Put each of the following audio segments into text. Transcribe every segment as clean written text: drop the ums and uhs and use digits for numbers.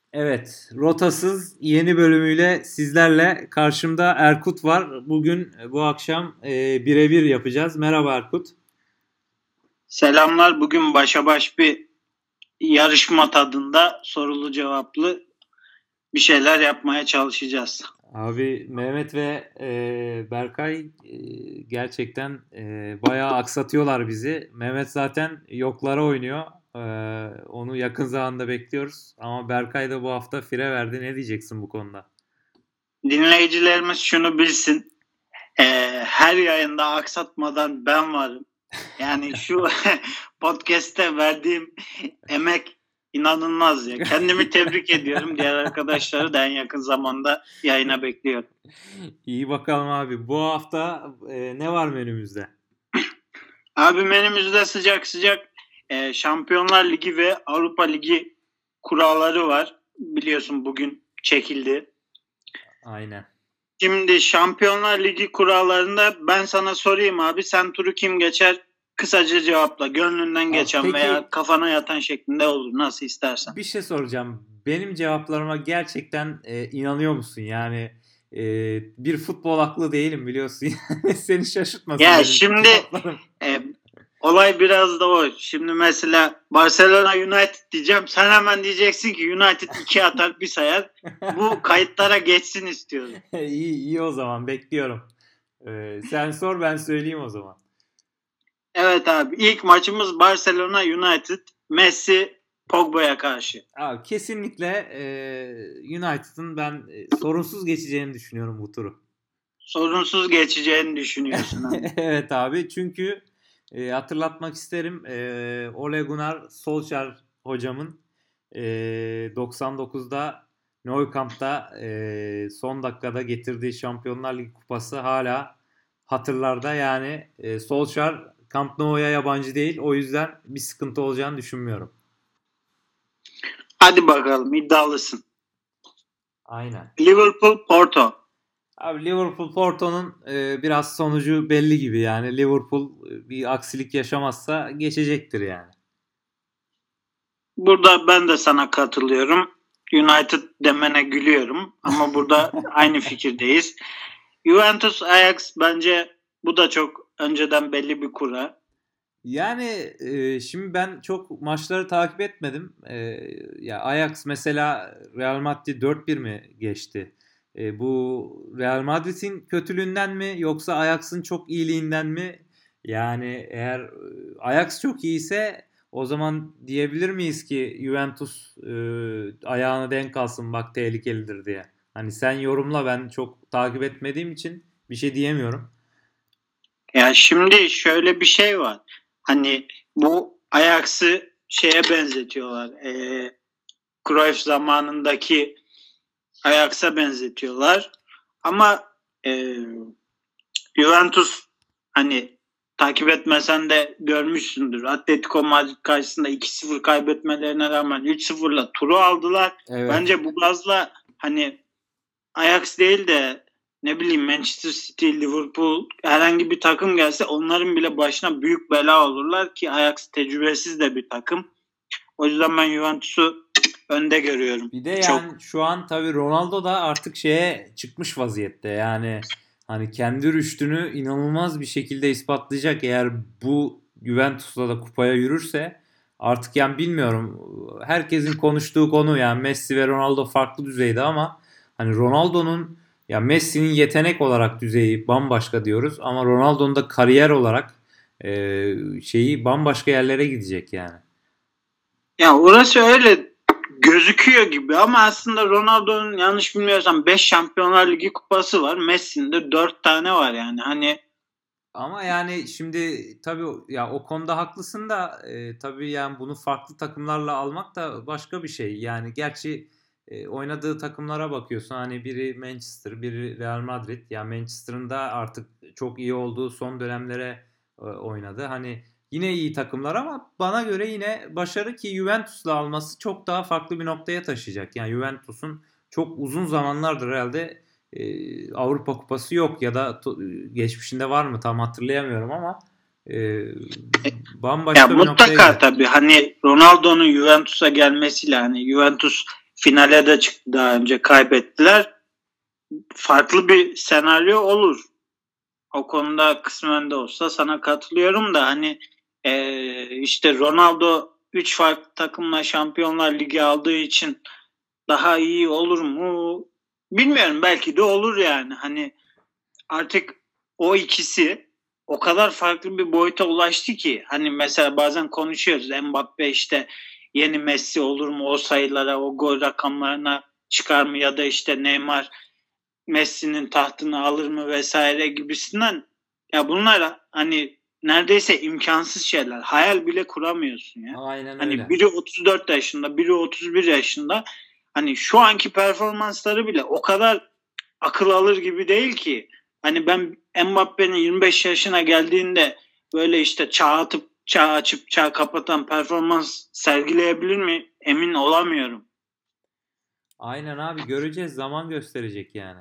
Evet, Rotasız yeni bölümüyle sizlerle karşımda Erkut var. Bugün bu akşam birebir yapacağız. Merhaba Erkut. Selamlar. Bugün başa baş bir yarışma tadında sorulu cevaplı bir şeyler yapmaya çalışacağız. Abi Mehmet ve Berkay gerçekten bayağı aksatıyorlar bizi. Mehmet zaten yoklara oynuyor. E, Onu yakın zamanda bekliyoruz. Ama Berkay da bu hafta fire verdi. Ne diyeceksin bu konuda? Dinleyicilerimiz şunu bilsin. Her yayında aksatmadan ben varım. Yani şu podcast'te verdiğim emek inanılmaz ya. Kendimi tebrik ediyorum. Diğer arkadaşları da en yakın zamanda yayına bekliyorum. İyi bakalım abi. Bu hafta ne var menümüzde? Abi menümüzde sıcak sıcak Şampiyonlar Ligi ve Avrupa Ligi kuralları var. Biliyorsun bugün çekildi. Aynen. Şimdi Şampiyonlar Ligi kurallarında ben sana sorayım abi. Sen turu kim geçer? Kısaca cevapla. Gönlünden Abi geçen peki veya kafana yatan şeklinde olur. Nasıl istersen. bir şey soracağım. Benim cevaplarıma gerçekten inanıyor musun? Yani bir futbol aklı değilim biliyorsun. Yani seni şaşırtmasın Ya benim şimdi cevaplarım. e, olay biraz da o. Şimdi mesela Barcelona United diyeceğim. Sen hemen diyeceksin ki United 2 atar bir sayar. Bu kayıtlara geçsin istiyorum. İyi, iyi o zaman bekliyorum. Sen sor ben söyleyeyim o zaman. Evet abi. İlk maçımız Barcelona United. Messi Pogba'ya karşı. Abi kesinlikle United'ın ben sorunsuz geçeceğini düşünüyorum bu turu. Sorunsuz geçeceğini düşünüyorsun abi. Evet abi çünkü hatırlatmak isterim Ole Gunnar Solskjaer hocamın 99'da Nou Camp'ta son dakikada getirdiği Şampiyonlar Ligi kupası hala hatırlarda. Yani Solskjaer Camp Nou'ya yabancı değil. O yüzden bir sıkıntı olacağını düşünmüyorum. Hadi bakalım iddialısın. Aynen. Liverpool Porto. Abi Liverpool Porto'nun biraz sonucu belli gibi yani Liverpool bir aksilik yaşamazsa geçecektir yani. Burada ben de sana katılıyorum. United demene gülüyorum ama burada aynı fikirdeyiz. Juventus Ajax bence bu da çok önceden belli bir kura. Yani şimdi ben çok maçları takip etmedim. Ya Ajax mesela Real Madrid 4-1 mi geçti? Bu Real Madrid'in kötülüğünden mi yoksa Ajax'ın çok iyiliğinden mi? Yani eğer Ajax çok iyiyse o zaman diyebilir miyiz ki Juventus ayağına denk alsın bak tehlikelidir diye. Hani sen yorumla ben çok takip etmediğim için bir şey diyemiyorum. Ya şimdi şöyle bir şey var. Hani bu Ajax'ı şeye benzetiyorlar. Cruyff zamanındaki Ajax'a benzetiyorlar. Ama Juventus hani takip etmesen de görmüşsündür. Atletico Madrid karşısında 2-0 kaybetmelerine rağmen 3-0'la turu aldılar. Evet. Bence bu gazla hani Ajax değil de ne bileyim Manchester City, Liverpool herhangi bir takım gelse onların bile başına büyük bela olurlar ki Ajax tecrübesiz de bir takım. O yüzden ben Juventus'u önde görüyorum. Bir de Çok. yani şu an tabii Ronaldo da artık şeye çıkmış vaziyette. Yani hani kendi rüştünü inanılmaz bir şekilde ispatlayacak. Eğer bu Juventus'la da kupaya yürürse artık yani bilmiyorum. Herkesin konuştuğu konu yani Messi ve Ronaldo farklı düzeyde ama hani Ronaldo'nun ya Messi'nin yetenek olarak düzeyi bambaşka diyoruz ama Ronaldo'nun da kariyer olarak şeyi bambaşka yerlere gidecek yani. Ya orası öyle gözüküyor gibi ama aslında Ronaldo'nun yanlış bilmiyorsam 5 Şampiyonlar Ligi kupası var. Messi'nin de 4 tane var yani. Hani Ama yani şimdi tabii ya o konuda haklısın da tabii yani bunu farklı takımlarla almak da başka bir şey. Yani gerçi oynadığı takımlara bakıyorsun hani biri Manchester, biri Real Madrid. Ya Manchester'ın da artık çok iyi olduğu son dönemlere oynadı. Hani yine iyi takımlar ama bana göre yine başarı ki Juventus'la alması çok daha farklı bir noktaya taşıyacak. Yani Juventus'un çok uzun zamanlardır herhalde Avrupa Kupası yok ya da geçmişinde var mı tam hatırlayamıyorum ama e, ya bambaşka bir noktaya mutlaka gider. tabii hani Ronaldo'nun Juventus'a gelmesiyle hani Juventus Finale de çıktı daha önce, kaybettiler. Farklı bir senaryo olur. O konuda kısmen de olsa sana katılıyorum da hani işte Ronaldo 3 farklı takımla Şampiyonlar Ligi aldığı için daha iyi olur mu? Bilmiyorum, belki de olur yani. Hani artık o ikisi o kadar farklı bir boyuta ulaştı ki hani mesela bazen konuşuyoruz, Mbappe işte yeni Messi olur mu, o sayılara, o gol rakamlarına çıkar mı, ya da işte Neymar Messi'nin tahtını alır mı vesaire gibisinden. Ya bunlar hani neredeyse imkansız şeyler. Hayal bile kuramıyorsun ya. Aynen Hani öyle. biri 34 yaşında, biri 31 yaşında. Hani şu anki performansları bile o kadar akıl alır gibi değil ki. Hani ben Mbappe'nin 25 yaşına geldiğinde böyle işte çağ açıp çağ kapatan performans sergileyebilir mi? Emin olamıyorum. Aynen abi, göreceğiz, zaman gösterecek yani.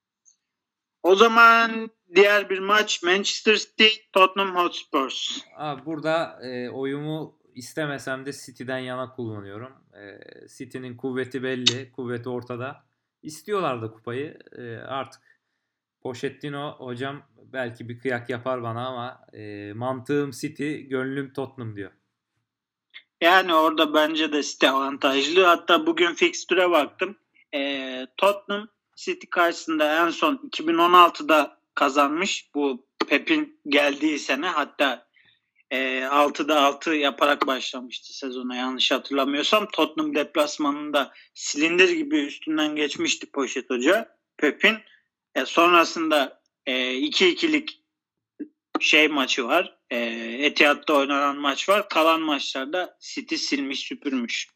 O zaman diğer bir maç, Manchester City Tottenham Hotspur. Abi burada oyumu istemesem de City'den yana kullanıyorum. City'nin kuvveti belli, kuvveti ortada. İstiyorlar da kupayı. Artık Pochettino hocam belki bir kıyak yapar bana ama mantığım City, gönlüm Tottenham diyor. Yani orada bence de City avantajlı. Hatta bugün fikstüre baktım. Tottenham City karşısında en son 2016'da kazanmış. Bu Pep'in geldiği sene. Hatta 6'da 6 yaparak başlamıştı sezona, yanlış hatırlamıyorsam. Tottenham deplasmanında silindir gibi üstünden geçmişti Poşet Hoca Pep'in. Sonrasında 2-2'lik maçı var. Etihad'da oynanan maç var. Kalan maçlarda City silmiş süpürmüş.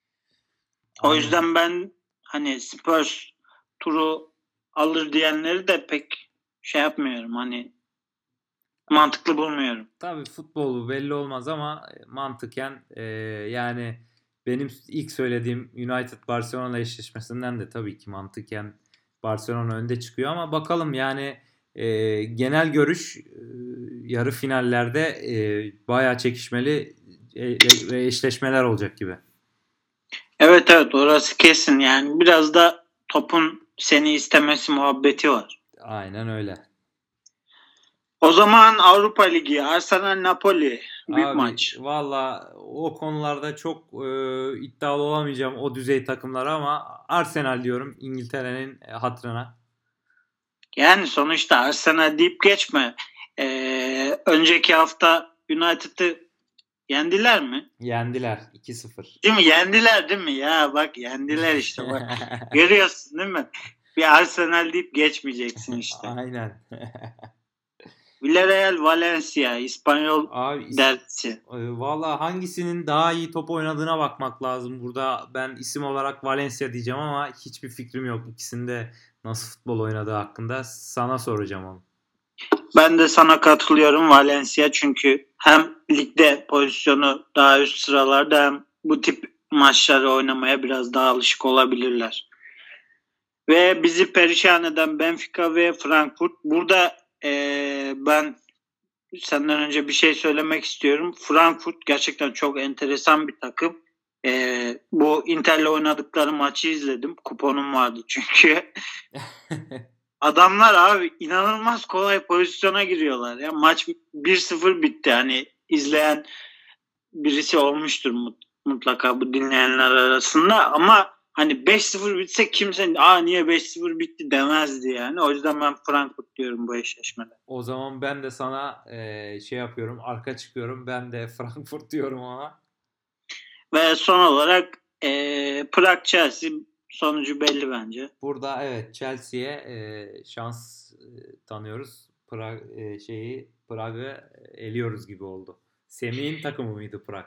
O Aynen. yüzden ben hani Spurs turu alır diyenleri de pek yapmıyorum. Hani mantıklı bulmuyorum. Tabii futbolu belli olmaz ama mantıken yani benim ilk söylediğim United Barcelona eşleşmesinden de tabii ki mantıken Barcelona önde çıkıyor ama bakalım yani genel görüş yarı finallerde bayağı çekişmeli ve eşleşmeler olacak gibi. Evet, orası kesin. Yani biraz da topun seni istemesi muhabbeti var. Aynen öyle. O zaman Avrupa Ligi, Arsenal Napoli, büyük Abi maç. valla o konularda çok iddialı olamayacağım, o düzey takımlara, ama Arsenal diyorum İngiltere'nin hatırına. Yani sonuçta Arsenal deyip geçme. Önceki hafta United'ı yendiler mi? Yendiler 2-0. Değil mi? Yendiler değil mi? Ya bak, yendiler işte bak. Görüyorsun değil mi? Bir Arsenal deyip geçmeyeceksin işte. Aynen. Villarreal Valencia, İspanyol Abi derbisi. valla hangisinin daha iyi top oynadığına bakmak lazım. Burada ben isim olarak Valencia diyeceğim ama hiçbir fikrim yok. İkisinde nasıl futbol oynadığı hakkında sana soracağım onu. Ben de sana katılıyorum, Valencia, çünkü hem ligde pozisyonu daha üst sıralarda hem bu tip maçları oynamaya biraz daha alışık olabilirler. Ve bizi perişan eden Benfica ve Frankfurt. Burada ben senden önce bir şey söylemek istiyorum. Frankfurt gerçekten çok enteresan bir takım. Bu Inter'le oynadıkları maçı izledim. Kuponum vardı çünkü. Adamlar abi inanılmaz kolay pozisyona giriyorlar. Ya maç 1-0 bitti. Hani izleyen birisi olmuştur mutlaka bu dinleyenler arasında, ama hani 5-0 bitse kimse niye 5-0 bitti demezdi yani. O yüzden ben Frankfurt diyorum bu eşleşmede. O zaman ben de sana yapıyorum, arka çıkıyorum. Ben de Frankfurt diyorum ama. Ve son olarak Prag Chelsea, sonucu belli bence. Burada evet, Chelsea'ye şans tanıyoruz. Prag'ı eliyoruz gibi oldu. Semih'in takımı mıydı Prag?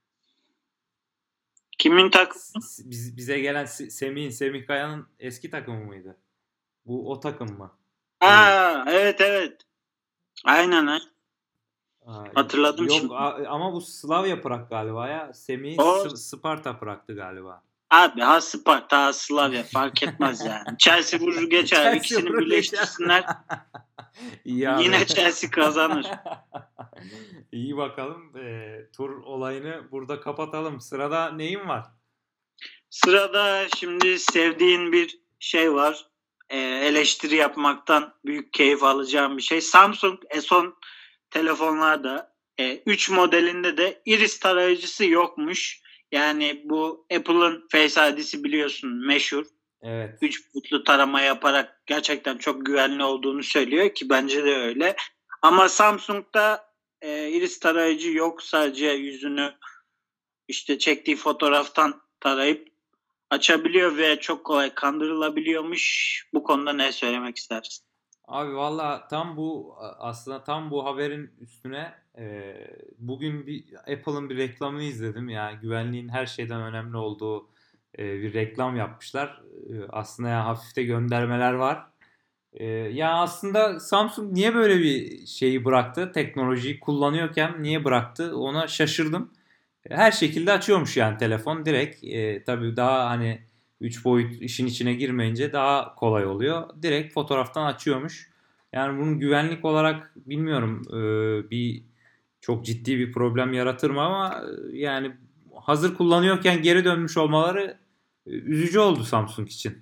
Kimin takımı? Bize gelen Semih Kaya'nın eski takımı mıydı? Bu o takım mı? Evet. Aynen. Hatırladım Yok şimdi. ama bu Slavia Prag galiba ya. Semih O Sparta Prag'tı galiba. abi ha Sparta ha Slavia fark etmez yani. Chelsea vurur geçer. Chelsea İkisini vurur birleştirsinler. İyi abi. Yine Chelsea kazanır. İyi bakalım. Tur olayını burada kapatalım. Sırada neyin var? Sırada şimdi sevdiğin bir şey var. Eleştiri yapmaktan büyük keyif alacağım bir şey. Samsung S10 telefonlarda 3 modelinde de iris tarayıcısı yokmuş. Yani bu Apple'ın Face ID'si biliyorsun meşhur. Evet. 3 boyutlu tarama yaparak gerçekten çok güvenli olduğunu söylüyor ki bence de öyle. Ama Samsung'da iris tarayıcı yok. Sadece yüzünü işte çektiği fotoğraftan tarayıp açabiliyor ve çok kolay kandırılabiliyormuş. Bu konuda ne söylemek istersin? Abi valla aslında tam bu haberin üstüne bugün Apple'ın bir reklamını izledim. Yani güvenliğin her şeyden önemli olduğu bir reklam yapmışlar. Aslında ya hafif de göndermeler var. Ya aslında Samsung niye böyle bir şeyi bıraktı? Teknolojiyi kullanıyorken niye bıraktı? Ona şaşırdım. Her şekilde açıyormuş yani telefon direkt. Tabii daha hani 3 boyut işin içine girmeyince daha kolay oluyor. Direkt fotoğraftan açıyormuş. Yani bunun güvenlik olarak bilmiyorum bir çok ciddi bir problem yaratır mı ama yani hazır kullanıyorken geri dönmüş olmaları üzücü oldu Samsung için.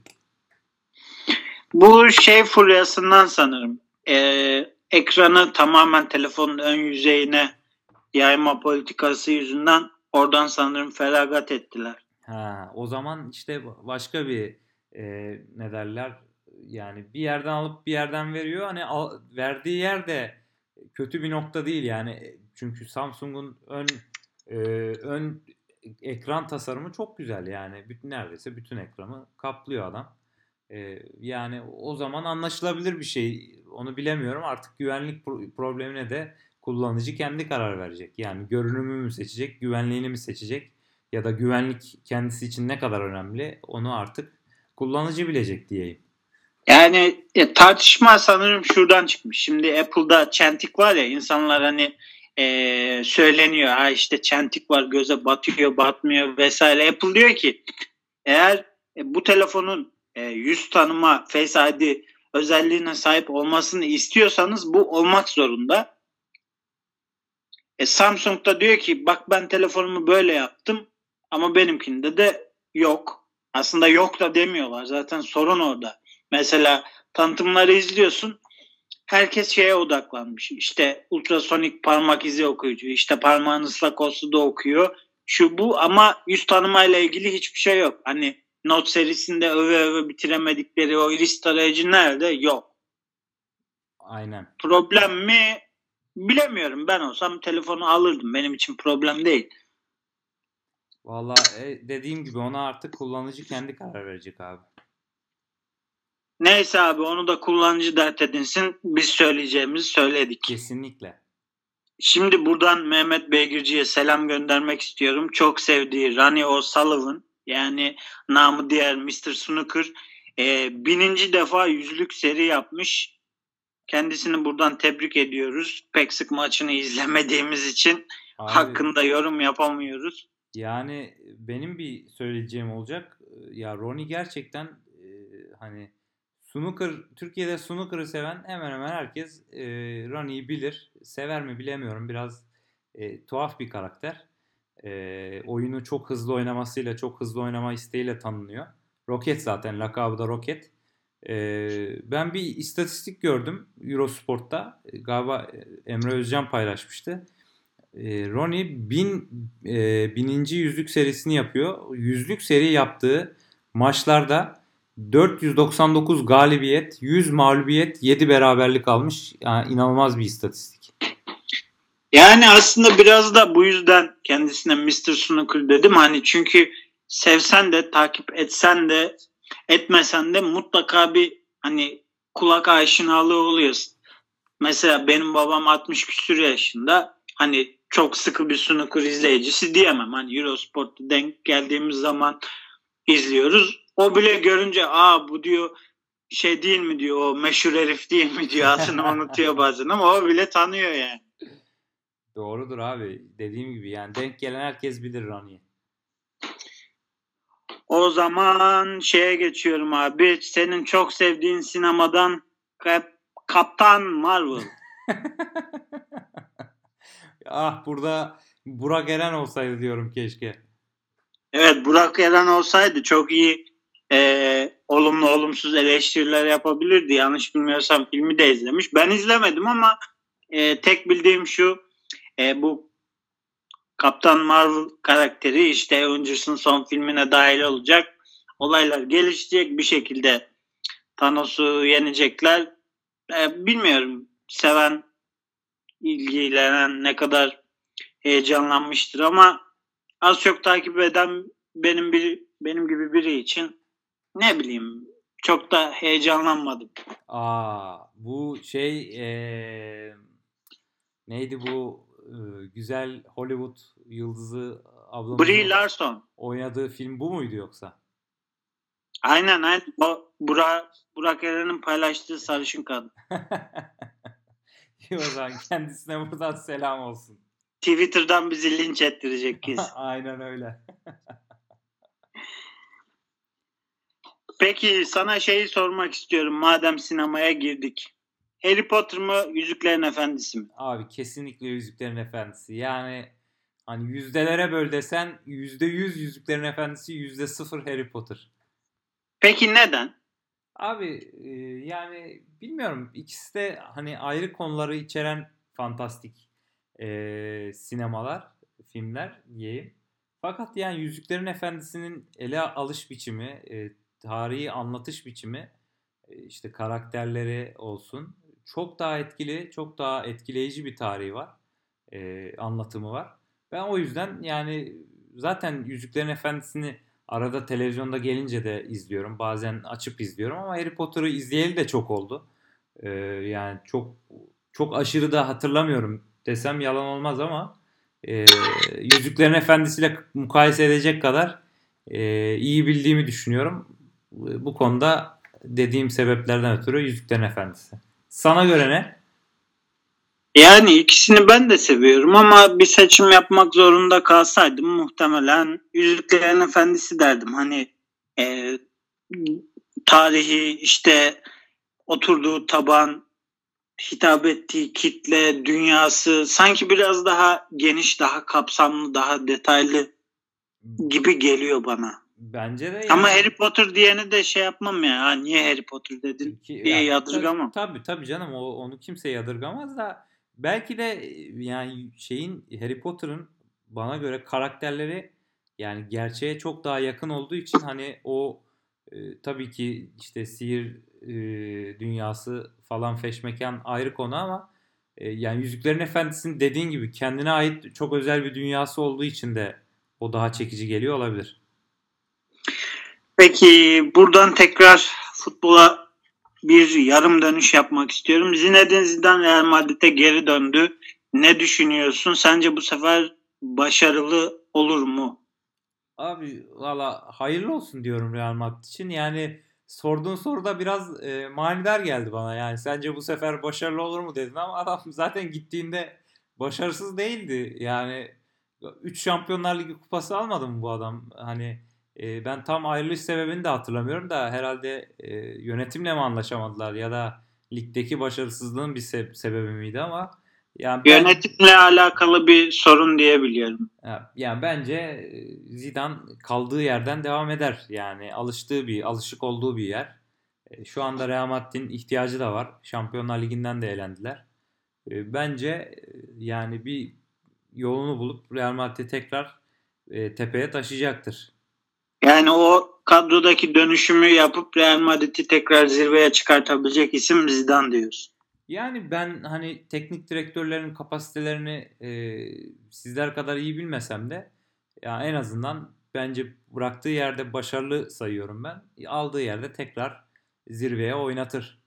Bu şey furyasından sanırım. Ekranı tamamen telefonun ön yüzeyine yayma politikası yüzünden oradan sanırım feragat ettiler. Ha, o zaman işte başka bir ne derler yani bir yerden alıp bir yerden veriyor. Hani verdiği yer de kötü bir nokta değil yani. Çünkü Samsung'un e, ön ekran tasarımı çok güzel yani. Neredeyse bütün ekranı kaplıyor adam. Yani o zaman anlaşılabilir bir şey. Onu bilemiyorum. Artık güvenlik problemine de kullanıcı kendi karar verecek. Yani görünümü mü seçecek, güvenliğini mi seçecek ya da güvenlik kendisi için ne kadar önemli onu artık kullanıcı bilecek diyeyim. Yani tartışma sanırım şuradan çıkmış. Şimdi Apple'da çentik var ya insanlar hani söyleniyor. Ha işte çentik var göze batıyor batmıyor vesaire. Apple diyor ki eğer bu telefonun yüz tanıma Face ID özelliğine sahip olmasını istiyorsanız bu olmak zorunda. Samsung da diyor ki bak ben telefonumu böyle yaptım ama benimkinde de yok. Aslında yok da demiyorlar. Zaten sorun orada. Mesela tanıtımları izliyorsun. Herkes şeye odaklanmış. İşte ultrasonik parmak izi okuyucu. İşte parmağın ıslak olsa da okuyor. Şu bu ama yüz tanımayla ilgili hiçbir şey yok. Hani Note serisinde öve öve bitiremedikleri o iris tarayıcı nerede? Yok. Aynen. Problem mi? Bilemiyorum. Ben olsam telefonu alırdım. Benim için problem değil. Valla dediğim gibi ona artık kullanıcı kendi karar verecek abi. Neyse abi onu da kullanıcı dert edinsin. Biz söyleyeceğimizi söyledik. Kesinlikle. Şimdi buradan Mehmet Beygirci'ye selam göndermek istiyorum. Çok sevdiği Ronnie O'Sullivan yani namı diğer Mr. Snooker 1000. defa yüzlük seri yapmış. Kendisini buradan tebrik ediyoruz. Pek sık maçını izlemediğimiz için Abi hakkında yorum yapamıyoruz. yani benim bir söyleyeceğim olacak. Ya Ronnie gerçekten hani Türkiye'de snooker'ı seven hemen hemen herkes Ronnie'yi bilir. Sever mi bilemiyorum. Biraz tuhaf bir karakter. Oyunu çok hızlı oynamasıyla, çok hızlı oynama isteğiyle tanınıyor. Roket zaten, lakabı da Roket. Ben bir istatistik gördüm Eurosport'ta. Galiba Emre Özcan paylaşmıştı. Ronnie bininci yüzlük serisini yapıyor. Yüzlük seri yaptığı maçlarda 499 galibiyet, 100 mağlubiyet, 7 beraberlik almış. Yani inanılmaz bir istatistik. Yani aslında biraz da bu yüzden kendisine Mr. Snooker dedim. Hani çünkü sevsen de takip etsen de etmesen de mutlaka bir hani kulak aşinalığı oluyorsun. Mesela benim babam 60 küsur yaşında. Hani çok sıkı bir snooker izleyicisi diyemem. Hani Eurosport'ta denk geldiğimiz zaman izliyoruz. O bile görünce bu diyor şey değil mi diyor o meşhur herif değil mi diyor. Aslında unutuyor bazen ama o bile tanıyor yani. Doğrudur abi. Dediğim gibi yani denk gelen herkes bilir Ronnie'yi. O zaman şeye geçiyorum abi. Senin çok sevdiğin sinemadan Kaptan Marvel. Ah burada Burak Eren olsaydı diyorum keşke. Evet, Burak Eren olsaydı çok iyi olumlu olumsuz eleştiriler yapabilirdi. Yanlış bilmiyorsam filmi de izlemiş. Ben izlemedim ama tek bildiğim şu, bu Kaptan Marvel karakteri işte Avengers'ın son filmine dahil olacak. Olaylar gelişecek, bir şekilde Thanos'u yenecekler. Bilmiyorum, seven, ilgilenen ne kadar heyecanlanmıştır ama az çok takip eden benim gibi biri için ne bileyim, çok da heyecanlanmadım. Bu neydi bu güzel Hollywood yıldızı Brie ablamızın Larson. oynadığı film bu muydu yoksa? Aynen. O Burak Eren'in paylaştığı sarışın kadın. O zaman kendisine buradan selam olsun. Twitter'dan bizi linç ettirecek kız. Aynen öyle. Peki sana şeyi sormak istiyorum madem sinemaya girdik. Harry Potter mı, Yüzüklerin Efendisi mi? Abi kesinlikle Yüzüklerin Efendisi. Yani hani yüzdelere böl desen %100 Yüzüklerin Efendisi, %0 Harry Potter. Peki neden? Abi yani bilmiyorum, ikisi de hani ayrı konuları içeren fantastik sinemalar, filmler diyeyim. Fakat yani Yüzüklerin Efendisi'nin ele alış biçimi, tarihi anlatış biçimi, işte karakterleri olsun çok daha etkili, çok daha etkileyici bir tarihi var, anlatımı var. Ben o yüzden yani zaten Yüzüklerin Efendisi'ni arada televizyonda gelince de izliyorum. Bazen açıp izliyorum ama Harry Potter'ı izleyeli de çok oldu. Yani çok çok aşırı da hatırlamıyorum desem yalan olmaz ama Yüzüklerin Efendisi'yle mukayese edecek kadar iyi bildiğimi düşünüyorum. Bu konuda dediğim sebeplerden ötürü Yüzüklerin Efendisi. Sana göre ne? Yani ikisini ben de seviyorum ama bir seçim yapmak zorunda kalsaydım muhtemelen Yüzüklerin Efendisi derdim. Hani e, tarihi, işte oturduğu taban, hitap ettiği kitle, dünyası sanki biraz daha geniş, daha kapsamlı, daha detaylı gibi geliyor bana. Bence de Ama yani Harry Potter diyeni de şey yapmam ya. Ha, niye Harry Potter dedin diye ya yadırgamam. tabii canım, onu kimse yadırgamaz da belki de yani Harry Potter'ın bana göre karakterleri yani gerçeğe çok daha yakın olduğu için hani o tabii ki işte sihir dünyası falan feşmekan ayrı konu ama yani Yüzüklerin Efendisi'nin dediğin gibi kendine ait çok özel bir dünyası olduğu için de o daha çekici geliyor olabilir. Peki buradan tekrar futbola bir yarım dönüş yapmak istiyorum. Zinedine Zidane Real Madrid'e geri döndü. Ne düşünüyorsun? Sence bu sefer başarılı olur mu? Abi valla hayırlı olsun diyorum Real Madrid için. Yani sorduğun soruda biraz manidar geldi bana. Yani sence bu sefer başarılı olur mu dedin ama adam zaten gittiğinde başarısız değildi. Yani 3 Şampiyonlar Ligi kupası almadı mı bu adam? Hani ben tam ayrılış sebebini de hatırlamıyorum da herhalde yönetimle mi anlaşamadılar ya da ligdeki başarısızlığın bir sebebi miydi ama yani ben Yönetimle alakalı bir sorun diyebiliyorum. yani bence Zidane kaldığı yerden devam eder. Yani alışık olduğu bir yer. Şu anda Real Madrid'in ihtiyacı da var. Şampiyonlar Ligi'nden de elendiler. Bence yani bir yolunu bulup Real Madrid'i tekrar tepeye taşıyacaktır. Yani o kadrodaki dönüşümü yapıp Real Madrid'i tekrar zirveye çıkartabilecek isim Zidane diyorsun. Yani ben hani teknik direktörlerin kapasitelerini sizler kadar iyi bilmesem de ya en azından bence bıraktığı yerde başarılı sayıyorum ben. Aldığı yerde tekrar zirveye oynatır.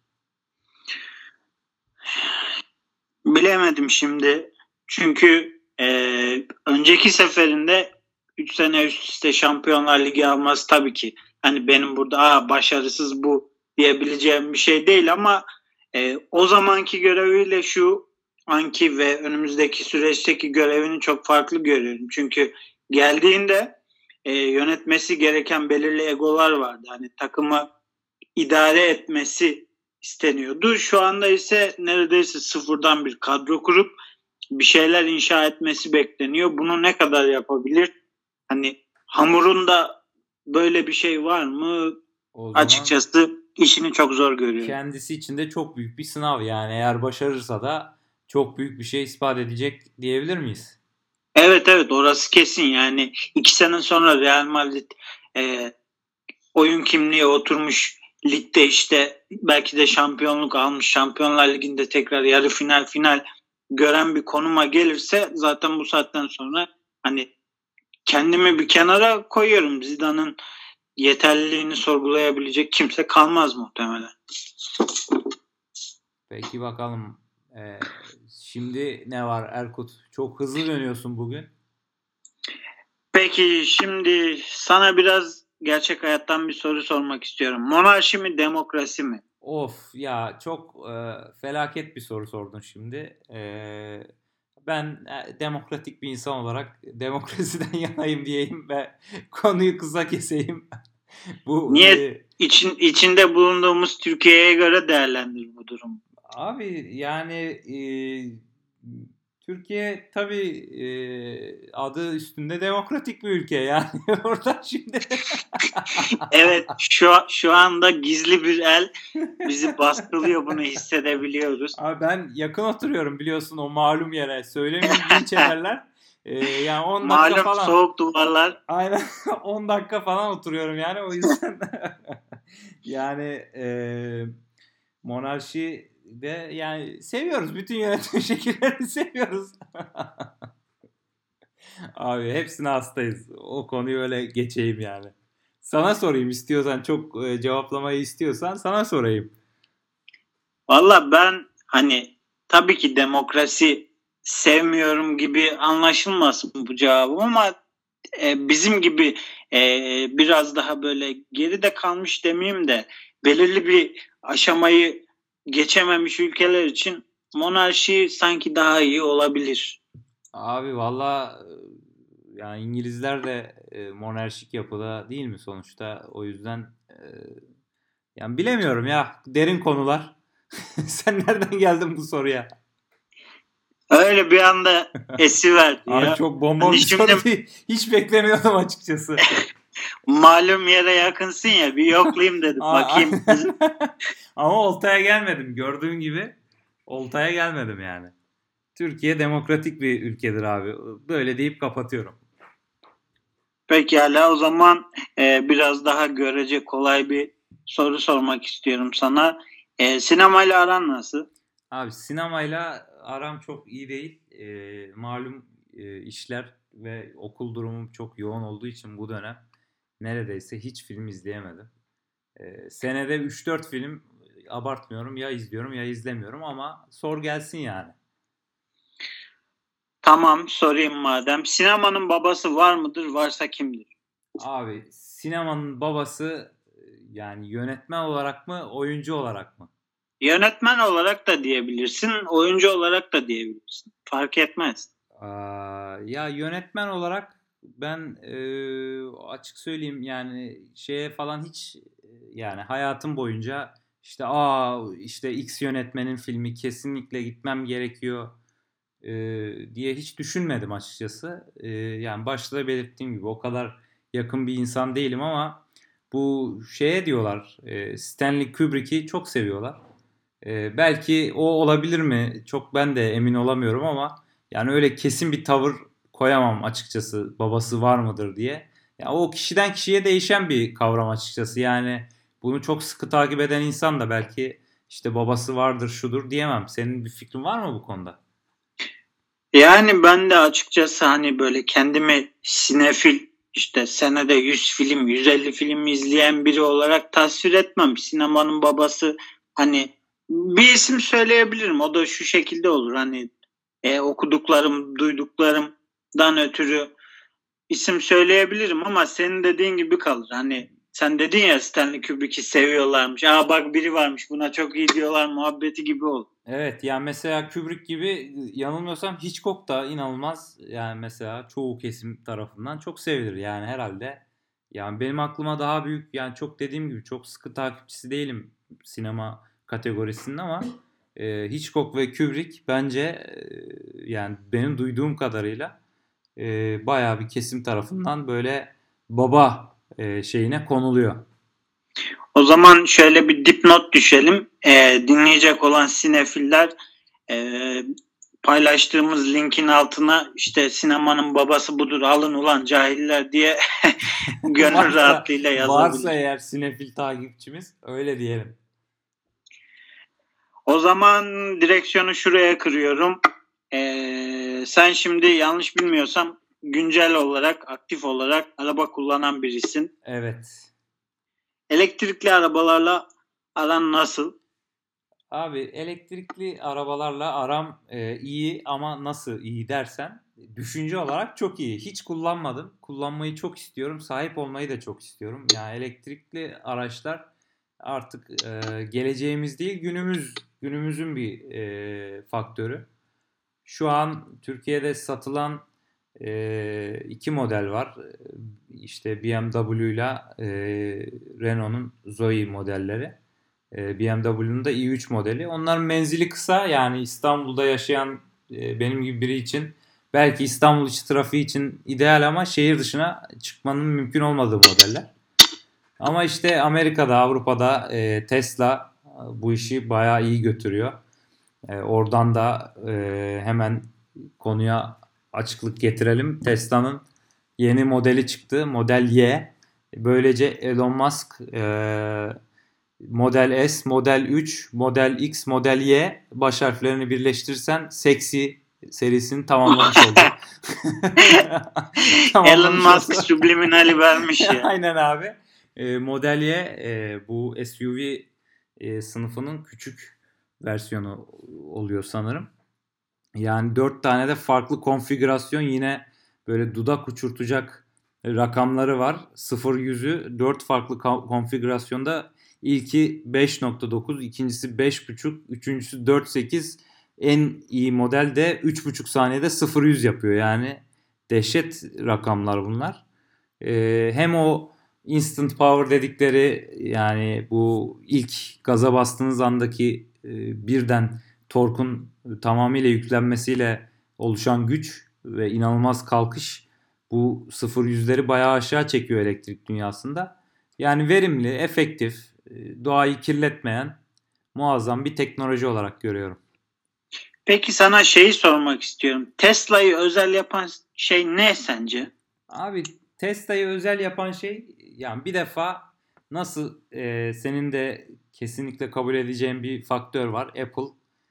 Bilemedim şimdi. Çünkü önceki seferinde 3 sene üst üste Şampiyonlar Ligi alması tabii ki hani benim burada başarısız bu diyebileceğim bir şey değil ama o zamanki göreviyle şu anki ve önümüzdeki süreçteki görevini çok farklı görüyorum. Çünkü geldiğinde yönetmesi gereken belirli egolar vardı. Hani takımı idare etmesi isteniyordu. Şu anda ise neredeyse sıfırdan bir kadro kurup bir şeyler inşa etmesi bekleniyor. Bunu ne kadar yapabilir? Hani hamurunda böyle bir şey var mı? O zaman Açıkçası işini çok zor görüyorum. kendisi için de çok büyük bir sınav, yani eğer başarırsa da çok büyük bir şey ispat edecek diyebilir miyiz? Evet, evet, orası kesin. Yani 2 sene sonra Real Madrid e, oyun kimliği oturmuş ligde, işte belki de şampiyonluk almış, Şampiyonlar Ligi'nde tekrar yarı final gören bir konuma gelirse zaten bu saatten sonra hani kendimi bir kenara koyuyorum. Zidane'ın yeterliliğini sorgulayabilecek kimse kalmaz muhtemelen. Peki bakalım. Şimdi ne var Erkut? Çok hızlı dönüyorsun bugün. Peki şimdi sana biraz gerçek hayattan bir soru sormak istiyorum. Monarşi mi, demokrasi mi? Of ya, çok felaket bir soru sordun şimdi. Ben demokratik bir insan olarak demokrasiden yanayım diyeyim ve konuyu kısa keseyim. Bu Niye içinde bulunduğumuz Türkiye'ye göre değerlendir bu durum? abi yani Türkiye tabii adı üstünde demokratik bir ülke yani oradan şimdi. Evet, şu anda gizli bir el bizi baskılıyor, bunu hissedebiliyoruz. Abi ben yakın oturuyorum biliyorsun o malum yere. Söylemeyeyim linç ederler. Yani 10 dakika Malum falan. soğuk duvarlar. Aynen 10 dakika falan oturuyorum yani o yüzden. Yani monarşi de yani seviyoruz. Bütün yönetim şekillerini seviyoruz. Abi hepsine hastayız. O konuyu öyle geçeyim yani. Sana sorayım istiyorsan, çok cevaplamayı istiyorsan sana sorayım. Valla ben hani tabii ki demokrasi sevmiyorum gibi anlaşılmasın bu cevabım, ama bizim gibi biraz daha böyle geride kalmış demeyeyim de belirli bir aşamayı geçememiş ülkeler için monarşi sanki daha iyi olabilir. Abi valla yani İngilizler de monarşik yapıda değil mi sonuçta? O yüzden yani bilemiyorum ya, derin konular. Sen nereden geldin bu soruya? Öyle bir anda esiverdi Abi ya. çok bomba Hani bir şimdi soru değil. Hiç beklemiyordum açıkçası. malum yere yakınsın ya, bir yoklayayım dedim. Bakayım. Ama oltaya gelmedim. Gördüğün gibi oltaya gelmedim yani. Türkiye demokratik bir ülkedir abi. Böyle deyip kapatıyorum. Pekala, o zaman biraz daha görece kolay bir soru sormak istiyorum sana. Sinemayla aran nasıl? Abi sinemayla aram çok iyi değil. Malum işler ve okul durumum çok yoğun olduğu için bu dönem neredeyse hiç film izleyemedim. Senede 3-4 film, abartmıyorum, ya izliyorum ya izlemiyorum ama sor gelsin yani. Tamam, sorayım madem. Sinemanın babası var mıdır? Varsa kimdir? Abi sinemanın babası yani yönetmen olarak mı, oyuncu olarak mı? Yönetmen olarak da diyebilirsin, oyuncu olarak da diyebilirsin. Fark etmez. Ya yönetmen olarak ben açık söyleyeyim yani şeye falan hiç yani hayatım boyunca işte işte X yönetmenin filmi kesinlikle gitmem gerekiyor e, diye hiç düşünmedim açıkçası. Yani başta da belirttiğim gibi o kadar yakın bir insan değilim ama bu şeye diyorlar, Stanley Kubrick'i çok seviyorlar. Belki o olabilir mi? Çok ben de emin olamıyorum ama yani öyle kesin bir tavır koyamam açıkçası, babası var mıdır diye. Ya o kişiden kişiye değişen bir kavram açıkçası. Yani bunu çok sıkı takip eden insan da belki işte babası vardır şudur diyemem. Senin bir fikrin var mı bu konuda? Yani ben de açıkçası hani böyle kendimi sinefil, işte senede 100 film 150 film izleyen biri olarak tasvir etmem. Sinemanın babası, hani bir isim söyleyebilirim, o da şu şekilde olur: hani okuduklarım, duyduklarımdan ötürü isim söyleyebilirim, ama senin dediğin gibi kalır. Hani sen dedin ya, Stanley Kubrick'i seviyorlarmış. Aa bak, biri varmış buna çok iyi diyorlar muhabbeti gibi olur. Evet yani mesela Kubrick gibi, yanılmıyorsam Hitchcock da inanılmaz yani mesela çoğu kesim tarafından çok sevilir yani herhalde. Yani benim aklıma daha büyük, yani çok dediğim gibi çok sıkı takipçisi değilim sinema kategorisinin ama Hitchcock ve Kubrick bence yani benim duyduğum kadarıyla bayağı bir kesim tarafından böyle baba şeyine konuluyor. O zaman şöyle bir dipnot düşelim. Dinleyecek olan sinefiller paylaştığımız linkin altına işte sinemanın babası budur alın ulan cahiller diye gönül rahatlığıyla yazabilir. Varsa eğer sinefil takipçimiz öyle diyelim. O zaman direksiyonu şuraya kırıyorum. Sen şimdi yanlış bilmiyorsam güncel olarak, aktif olarak araba kullanan birisin. Evet. Elektrikli arabalarla aran nasıl? Abi elektrikli arabalarla aram iyi ama nasıl iyi dersen düşünce olarak çok iyi. Hiç kullanmadım. Kullanmayı çok istiyorum. Sahip olmayı da çok istiyorum. Yani elektrikli araçlar artık geleceğimiz değil günümüzün bir faktörü. Şu an Türkiye'de satılan iki model var. İşte BMW ile Renault'un Zoe modelleri. BMW'nin de i3 modeli. Onların menzili kısa, yani İstanbul'da yaşayan benim gibi biri için belki İstanbul içi trafiği için ideal ama şehir dışına çıkmanın mümkün olmadığı modeller. Ama işte Amerika'da, Avrupa'da Tesla bu işi bayağı iyi götürüyor. Oradan da hemen konuya açıklık getirelim. Tesla'nın yeni modeli çıktı. Model Y. Böylece Elon Musk Model S, Model 3, Model X, Model Y baş harflerini birleştirirsen Sexy serisini tamamlamış oldu. Elon Musk subliminali vermiş ya. Aynen abi. Model Y bu SUV sınıfının küçük versiyonu oluyor sanırım. Yani 4 tane de farklı konfigürasyon, yine böyle dudak uçurtacak rakamları var. 0-100'ü 4 farklı konfigürasyonda. İlki 5.9, ikincisi 5.5, üçüncüsü 4.8. En iyi model de 3.5 saniyede 0-100 yapıyor. Yani dehşet rakamlar bunlar. Hem o instant power dedikleri, yani bu ilk gaza bastığınız andaki birden torkun tamamıyla yüklenmesiyle oluşan güç ve inanılmaz kalkış bu 0-100'leri bayağı aşağı çekiyor elektrik dünyasında. Yani verimli, efektif, doğayı kirletmeyen muazzam bir teknoloji olarak görüyorum. Peki sana şeyi sormak istiyorum. Tesla'yı özel yapan şey ne sence? Abi Tesla'yı özel yapan şey, yani bir defa nasıl senin de kesinlikle kabul edeceğin bir faktör var. Apple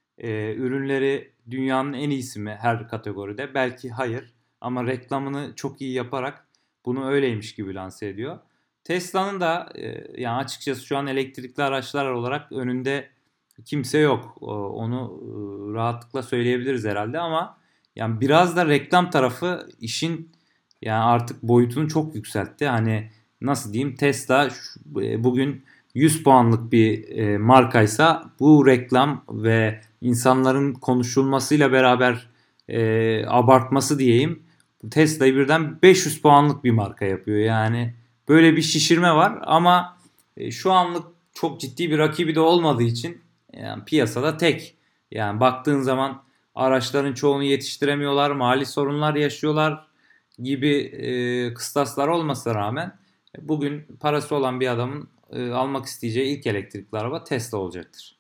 ürünleri dünyanın en iyisi mi her kategoride? Belki hayır, ama reklamını çok iyi yaparak bunu öyleymiş gibi lanse ediyor. Tesla'nın da yani açıkçası şu an elektrikli araçlar olarak önünde kimse yok. Onu rahatlıkla söyleyebiliriz herhalde, ama yani biraz da reklam tarafı işin yani artık boyutunu çok yükseltti. Hani nasıl diyeyim, Tesla bugün 100 puanlık bir markaysa bu reklam ve insanların konuşulmasıyla beraber abartması diyeyim, Tesla'yı birden 500 puanlık bir marka yapıyor. Yani böyle bir şişirme var ama şu anlık çok ciddi bir rakibi de olmadığı için yani piyasada tek. Yani baktığın zaman araçların çoğunu yetiştiremiyorlar, mali sorunlar yaşıyorlar gibi kıstaslar olmasına rağmen bugün parası olan bir adamın almak isteyeceği ilk elektrikli araba Tesla olacaktır.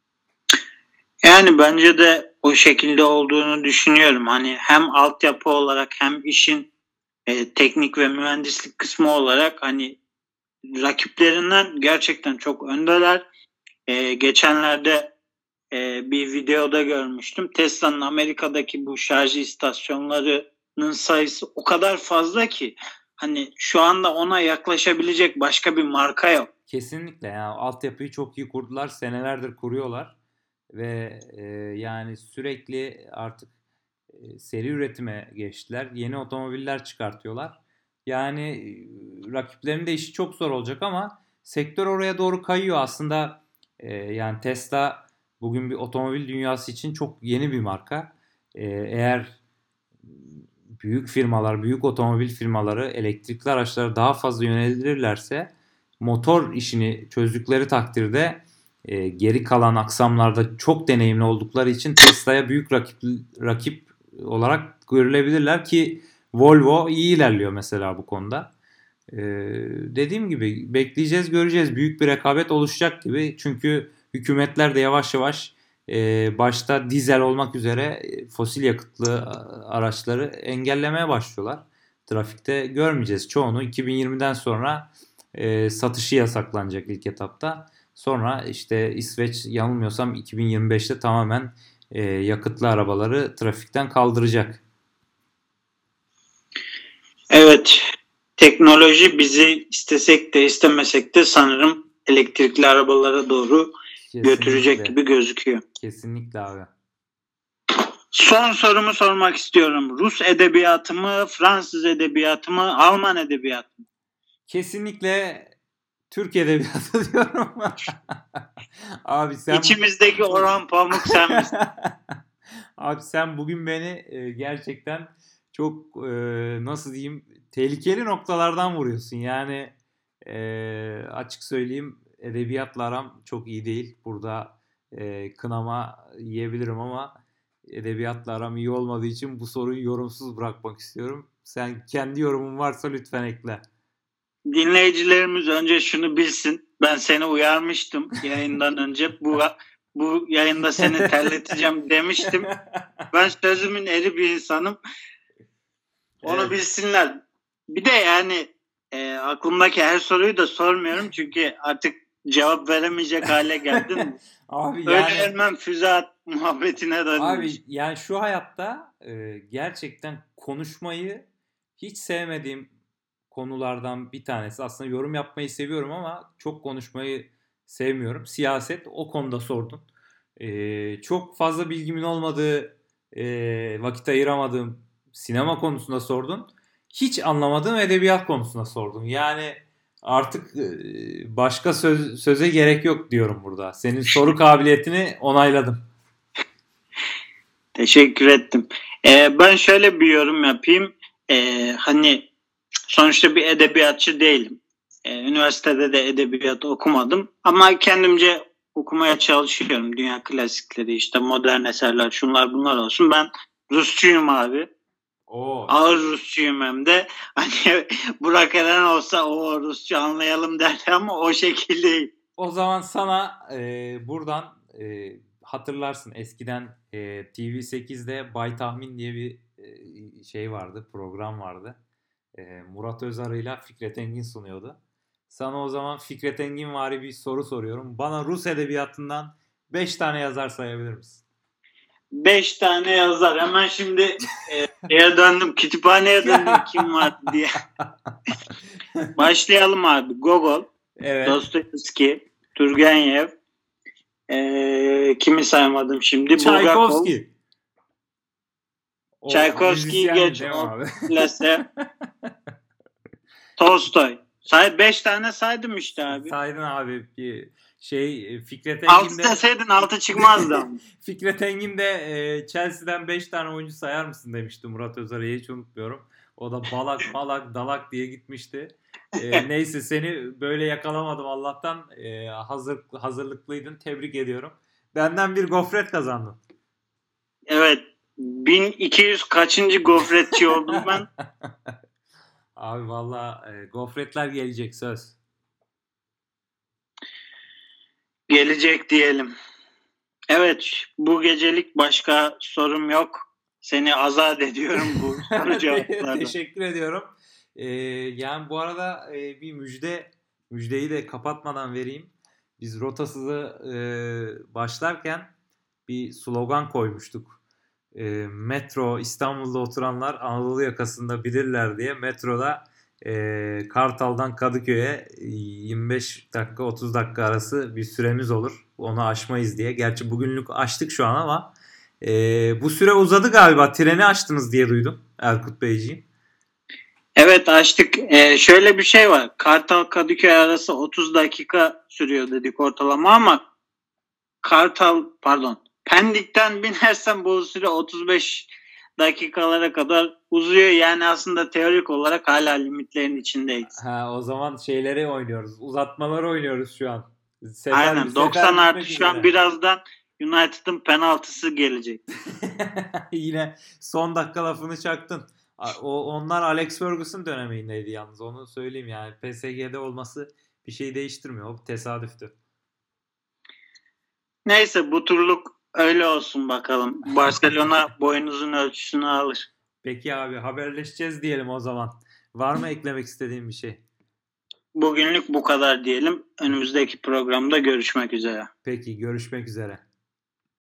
Yani bence de o şekilde olduğunu düşünüyorum. Hani hem altyapı olarak hem işin teknik ve mühendislik kısmı olarak hani rakiplerinden gerçekten çok öndeler. Geçenlerde bir videoda görmüştüm. Tesla'nın Amerika'daki bu şarj istasyonlarının sayısı o kadar fazla ki hani şu anda ona yaklaşabilecek başka bir marka yok. Kesinlikle, yani altyapıyı çok iyi kurdular. Senelerdir kuruyorlar ve yani sürekli artık seri üretime geçtiler. Yeni otomobiller çıkartıyorlar. Yani rakiplerin de işi çok zor olacak ama sektör oraya doğru kayıyor. Aslında yani Tesla bugün bir otomobil dünyası için çok yeni bir marka. Eğer büyük firmalar, büyük otomobil firmaları elektrikli araçlara daha fazla yönelirlerse, motor işini çözdükleri takdirde geri kalan aksamlarda çok deneyimli oldukları için Tesla'ya büyük rakip olarak görülebilirler ki Volvo iyi ilerliyor mesela bu konuda. Dediğim gibi bekleyeceğiz, göreceğiz. Büyük bir rekabet oluşacak gibi. Çünkü hükümetler de yavaş yavaş başta dizel olmak üzere fosil yakıtlı araçları engellemeye başlıyorlar. Trafikte görmeyeceğiz. Çoğunu 2020'den sonra satışı yasaklanacak ilk etapta. Sonra işte İsveç yanılmıyorsam 2025'te tamamen yakıtlı arabaları trafikten kaldıracak. Evet, teknoloji bizi istesek de istemesek de sanırım elektrikli arabalara doğru götürecek gibi gözüküyor. Kesinlikle abi. Son sorumu sormak istiyorum. Rus edebiyatı mı, Fransız edebiyatı mı, Alman edebiyatı mı? Kesinlikle Türk edebiyatı diyorum. Abi sen İçimizdeki Orhan Pamuk sen misin? Abi sen bugün beni gerçekten çok nasıl diyeyim tehlikeli noktalardan vuruyorsun. Yani açık söyleyeyim edebiyatla aram çok iyi değil. Burada kınama yiyebilirim ama edebiyatla aram iyi olmadığı için bu soruyu yorumsuz bırakmak istiyorum. Sen kendi yorumun varsa lütfen ekle. Dinleyicilerimiz önce şunu bilsin. Ben seni uyarmıştım yayından önce. Bu yayında seni terleteceğim demiştim. Ben sözümün eri bir insanım. Onu bilsinler. Bir de yani aklımdaki her soruyu da sormuyorum. Çünkü artık cevap veremeyecek hale geldin. Abi öyle yani, ölmem füze at muhabbetine dönmüş. Abi yani şu hayatta gerçekten konuşmayı hiç sevmediğim konulardan bir tanesi. Aslında yorum yapmayı seviyorum ama çok konuşmayı sevmiyorum. Siyaset, o konuda sordun. Çok fazla bilgimin olmadığı, vakit ayıramadığım sinema konusunda sordun. Hiç anlamadığım edebiyat konusunda sordun. Yani artık başka söze gerek yok diyorum burada. Senin soru kabiliyetini onayladım. Teşekkür ettim. Ben şöyle bir yorum yapayım. Hani sonuçta bir edebiyatçı değilim. Üniversitede de edebiyat okumadım. Ama kendimce okumaya çalışıyorum. Dünya klasikleri, işte modern eserler, şunlar bunlar olsun. Ben Rusçuyum abi. Ağır Rusçuyum hem de. Hani Burak Eren olsa o Rusça anlayalım derdi ama o şekilde değil. O zaman sana buradan hatırlarsın eskiden TV8'de Bay Tahmin diye bir şey vardı, program vardı. Murat Özarı ile Fikret Engin sunuyordu. Sana o zaman Fikret Engin vari bir soru soruyorum. Bana Rus edebiyatından 5 tane yazar sayabilir misin? 5 tane yazar. Hemen şimdi döndüm. Kütüphaneye döndüm kim var diye. Başlayalım abi. Gogol, evet. Dostoyevski, Turgenev, kimi saymadım şimdi? Çaykovski. Çaykovski'yi geç. Tolstoy. 5 tane saydım işte abi. Saydın abi. Fikret Engin 6 deseydin 6 çıkmazdı. Fikret Engin de Chelsea'den 5 tane oyuncu sayar mısın demişti Murat Özarı'ya, hiç unutmuyorum. O da balak malak dalak diye gitmişti. Neyse seni böyle yakalamadım Allah'tan. Hazırlıklıydın. Tebrik ediyorum. Benden bir gofret kazandın. Evet. 1200 kaçıncı gofretçi oldum ben? Abi valla gofretler gelecek, söz. Gelecek diyelim. Evet, bu gecelik başka sorum yok. Seni azat ediyorum bu soru cevaplarına. Teşekkür ediyorum. Yani bu arada bir müjdeyi de kapatmadan vereyim. Biz Rotasız'ı başlarken bir slogan koymuştuk. Metro, İstanbul'da oturanlar Anadolu yakasında bilirler diye. Metroda Kartal'dan Kadıköy'e 25 dakika 30 dakika arası bir süremiz olur. Onu aşmayız diye. Gerçi bugünlük aştık şu an ama bu süre uzadı galiba. Treni açtınız diye duydum Erkut Beyciğim. Evet, açtık. Şöyle bir şey var. Kartal Kadıköy arası 30 dakika sürüyor dedik ortalama ama Pendik'ten binersen bu süre 35 dakikalara kadar uzuyor. Yani aslında teorik olarak hala limitlerin içindeyiz. O zaman şeyleri oynuyoruz. Uzatmaları oynuyoruz şu an. Aynen. 90 artı şu an birazdan United'ın penaltısı gelecek. Yine son dakika lafını çaktın. Onlar Alex Ferguson dönemindeydi yalnız. Onu söyleyeyim yani. PSG'de olması bir şey değiştirmiyor. O bir tesadüftü. Neyse bu turluk öyle olsun bakalım. Barcelona boynuzun ölçüsünü alır. Peki abi, haberleşeceğiz diyelim o zaman. Var mı eklemek istediğin bir şey? Bugünlük bu kadar diyelim. Önümüzdeki programda görüşmek üzere. Peki, görüşmek üzere.